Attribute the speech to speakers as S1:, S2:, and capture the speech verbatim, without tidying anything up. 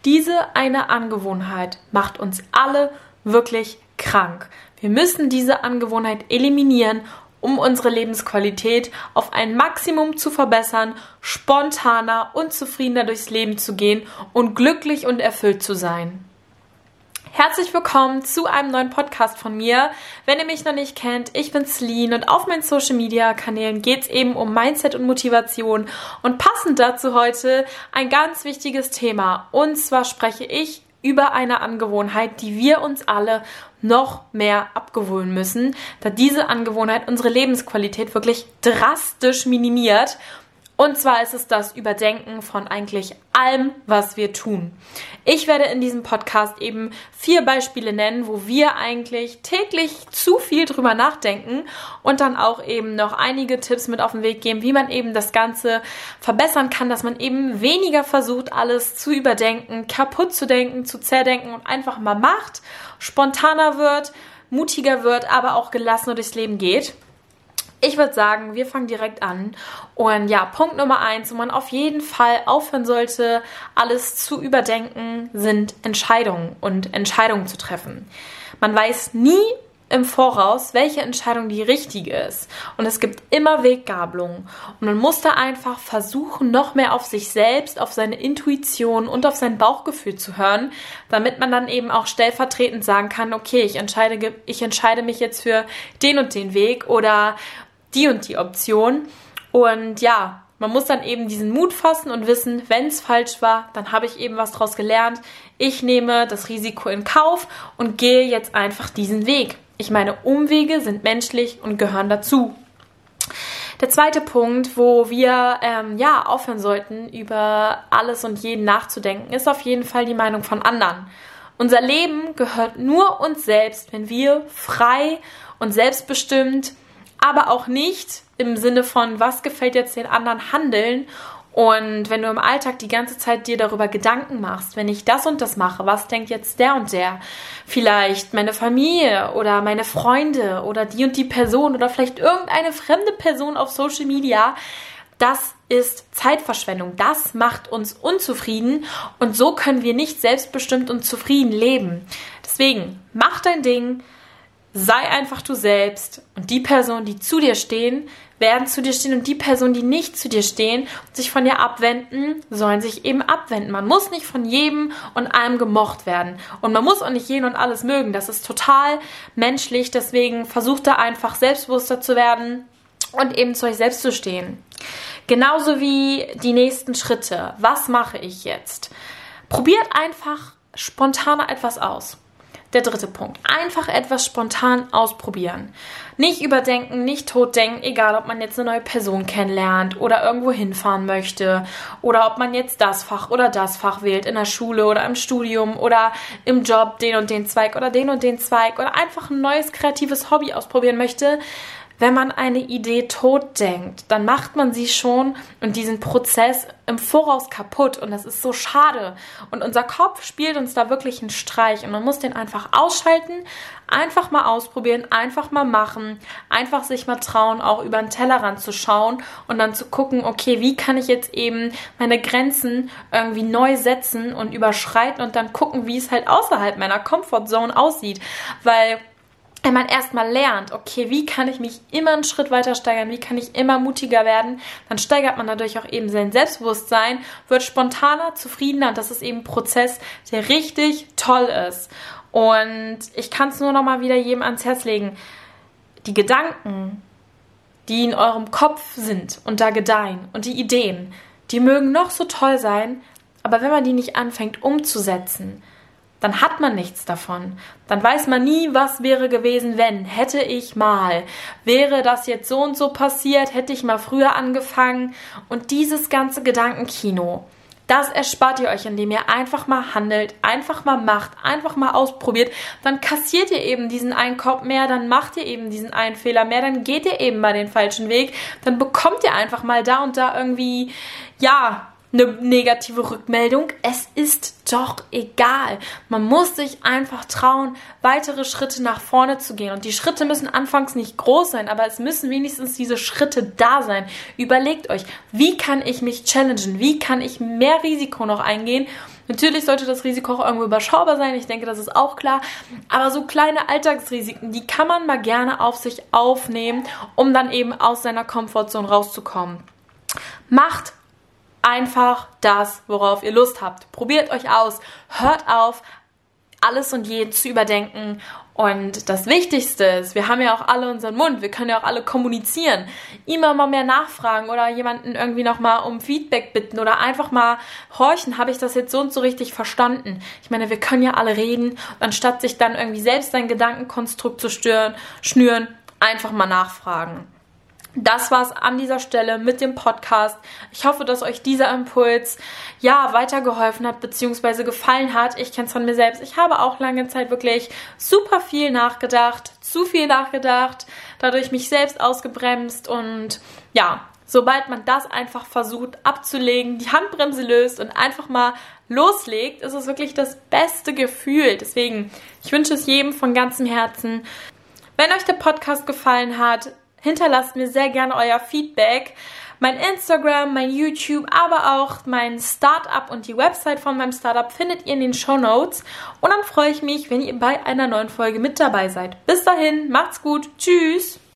S1: Diese eine Angewohnheit macht uns alle wirklich krank. Wir müssen diese Angewohnheit eliminieren, um unsere Lebensqualität auf ein Maximum zu verbessern, spontaner und zufriedener durchs Leben zu gehen und glücklich und erfüllt zu sein. Herzlich willkommen zu einem neuen Podcast von mir. Wenn ihr mich noch nicht kennt, ich bin Celine und auf meinen Social Media Kanälen geht es eben um Mindset und Motivation und passend dazu heute ein ganz wichtiges Thema. Und zwar spreche ich über eine Angewohnheit, die wir uns alle noch mehr abgewöhnen müssen, da diese Angewohnheit unsere Lebensqualität wirklich drastisch minimiert. Und zwar ist es das Überdenken von eigentlich allem, was wir tun. Ich werde in diesem Podcast eben vier Beispiele nennen, wo wir eigentlich täglich zu viel drüber nachdenken und dann auch eben noch einige Tipps mit auf den Weg geben, wie man eben das Ganze verbessern kann, dass man eben weniger versucht, alles zu überdenken, kaputt zu denken, zu zerdenken und einfach mal macht, spontaner wird, mutiger wird, aber auch gelassener durchs Leben geht. Ich würde sagen, wir fangen direkt an. Und ja, Punkt Nummer eins, wo man auf jeden Fall aufhören sollte, alles zu überdenken, sind Entscheidungen und Entscheidungen zu treffen. Man weiß nie im Voraus, welche Entscheidung die richtige ist. Und es gibt immer Weggabelungen. Und man muss da einfach versuchen, noch mehr auf sich selbst, auf seine Intuition und auf sein Bauchgefühl zu hören, damit man dann eben auch stellvertretend sagen kann, okay, ich entscheide, ich entscheide mich jetzt für den und den Weg oder die und die Option. Und ja, man muss dann eben diesen Mut fassen und wissen, wenn es falsch war, dann habe ich eben was daraus gelernt. Ich nehme das Risiko in Kauf und gehe jetzt einfach diesen Weg. Ich meine, Umwege sind menschlich und gehören dazu. Der zweite Punkt, wo wir ähm, ja aufhören sollten, über alles und jeden nachzudenken, ist auf jeden Fall die Meinung von anderen. Unser Leben gehört nur uns selbst, wenn wir frei und selbstbestimmt, aber auch nicht im Sinne von, was gefällt jetzt den anderen, handeln. Und wenn du im Alltag die ganze Zeit dir darüber Gedanken machst, wenn ich das und das mache, was denkt jetzt der und der? Vielleicht meine Familie oder meine Freunde oder die und die Person oder vielleicht irgendeine fremde Person auf Social Media. Das ist Zeitverschwendung. Das macht uns unzufrieden und so können wir nicht selbstbestimmt und zufrieden leben. Deswegen, mach dein Ding. Sei einfach du selbst und die Personen, die zu dir stehen, werden zu dir stehen und die Personen, die nicht zu dir stehen und sich von dir abwenden, sollen sich eben abwenden. Man muss nicht von jedem und allem gemocht werden und man muss auch nicht jeden und alles mögen. Das ist total menschlich, deswegen versucht da einfach selbstbewusster zu werden und eben zu euch selbst zu stehen. Genauso wie die nächsten Schritte. Was mache ich jetzt? Probiert einfach spontaner etwas aus. Der dritte Punkt. Einfach etwas spontan ausprobieren. Nicht überdenken, nicht totdenken, egal ob man jetzt eine neue Person kennenlernt oder irgendwo hinfahren möchte oder ob man jetzt das Fach oder das Fach wählt in der Schule oder im Studium oder im Job den und den Zweig oder den und den Zweig oder einfach ein neues kreatives Hobby ausprobieren möchte. Wenn man eine Idee totdenkt, dann macht man sie schon und diesen Prozess im Voraus kaputt und das ist so schade. Und unser Kopf spielt uns da wirklich einen Streich und man muss den einfach ausschalten, einfach mal ausprobieren, einfach mal machen, einfach sich mal trauen, auch über den Tellerrand zu schauen und dann zu gucken, okay, wie kann ich jetzt eben meine Grenzen irgendwie neu setzen und überschreiten und dann gucken, wie es halt außerhalb meiner Comfortzone aussieht, weil wenn man erstmal lernt, okay, wie kann ich mich immer einen Schritt weiter steigern, wie kann ich immer mutiger werden, dann steigert man dadurch auch eben sein Selbstbewusstsein, wird spontaner, zufriedener und das ist eben ein Prozess, der richtig toll ist. Und ich kann es nur noch mal wieder jedem ans Herz legen, die Gedanken, die in eurem Kopf sind und da gedeihen und die Ideen, die mögen noch so toll sein, aber wenn man die nicht anfängt umzusetzen, dann hat man nichts davon. Dann weiß man nie, was wäre gewesen, wenn. Hätte ich mal. Wäre das jetzt so und so passiert, hätte ich mal früher angefangen. Und dieses ganze Gedankenkino, das erspart ihr euch, indem ihr einfach mal handelt, einfach mal macht, einfach mal ausprobiert. Dann kassiert ihr eben diesen einen Korb mehr, dann macht ihr eben diesen einen Fehler mehr, dann geht ihr eben mal den falschen Weg. Dann bekommt ihr einfach mal da und da irgendwie, ja, eine negative Rückmeldung. Es ist doch egal. Man muss sich einfach trauen, weitere Schritte nach vorne zu gehen. Und die Schritte müssen anfangs nicht groß sein, aber es müssen wenigstens diese Schritte da sein. Überlegt euch, wie kann ich mich challengen? Wie kann ich mehr Risiko noch eingehen? Natürlich sollte das Risiko auch irgendwo überschaubar sein. Ich denke, das ist auch klar. Aber so kleine Alltagsrisiken, die kann man mal gerne auf sich aufnehmen, um dann eben aus seiner Komfortzone rauszukommen. Macht einfach das, worauf ihr Lust habt. Probiert euch aus. Hört auf, alles und jeden zu überdenken. Und das Wichtigste ist, wir haben ja auch alle unseren Mund, wir können ja auch alle kommunizieren. Immer mal mehr nachfragen oder jemanden irgendwie nochmal um Feedback bitten oder einfach mal horchen, habe ich das jetzt so und so richtig verstanden? Ich meine, wir können ja alle reden, anstatt sich dann irgendwie selbst ein Gedankenkonstrukt zu stören, schnüren, einfach mal nachfragen. Das war's an dieser Stelle mit dem Podcast. Ich hoffe, dass euch dieser Impuls ja weitergeholfen hat bzw. gefallen hat. Ich kenne es von mir selbst. Ich habe auch lange Zeit wirklich super viel nachgedacht, zu viel nachgedacht, dadurch mich selbst ausgebremst und ja, sobald man das einfach versucht abzulegen, die Handbremse löst und einfach mal loslegt, ist es wirklich das beste Gefühl. Deswegen, ich wünsche es jedem von ganzem Herzen. Wenn euch der Podcast gefallen hat, hinterlasst mir sehr gerne euer Feedback. Mein Instagram, mein YouTube, aber auch mein Startup und die Website von meinem Startup findet ihr in den Shownotes. Und dann freue ich mich, wenn ihr bei einer neuen Folge mit dabei seid. Bis dahin, macht's gut. Tschüss.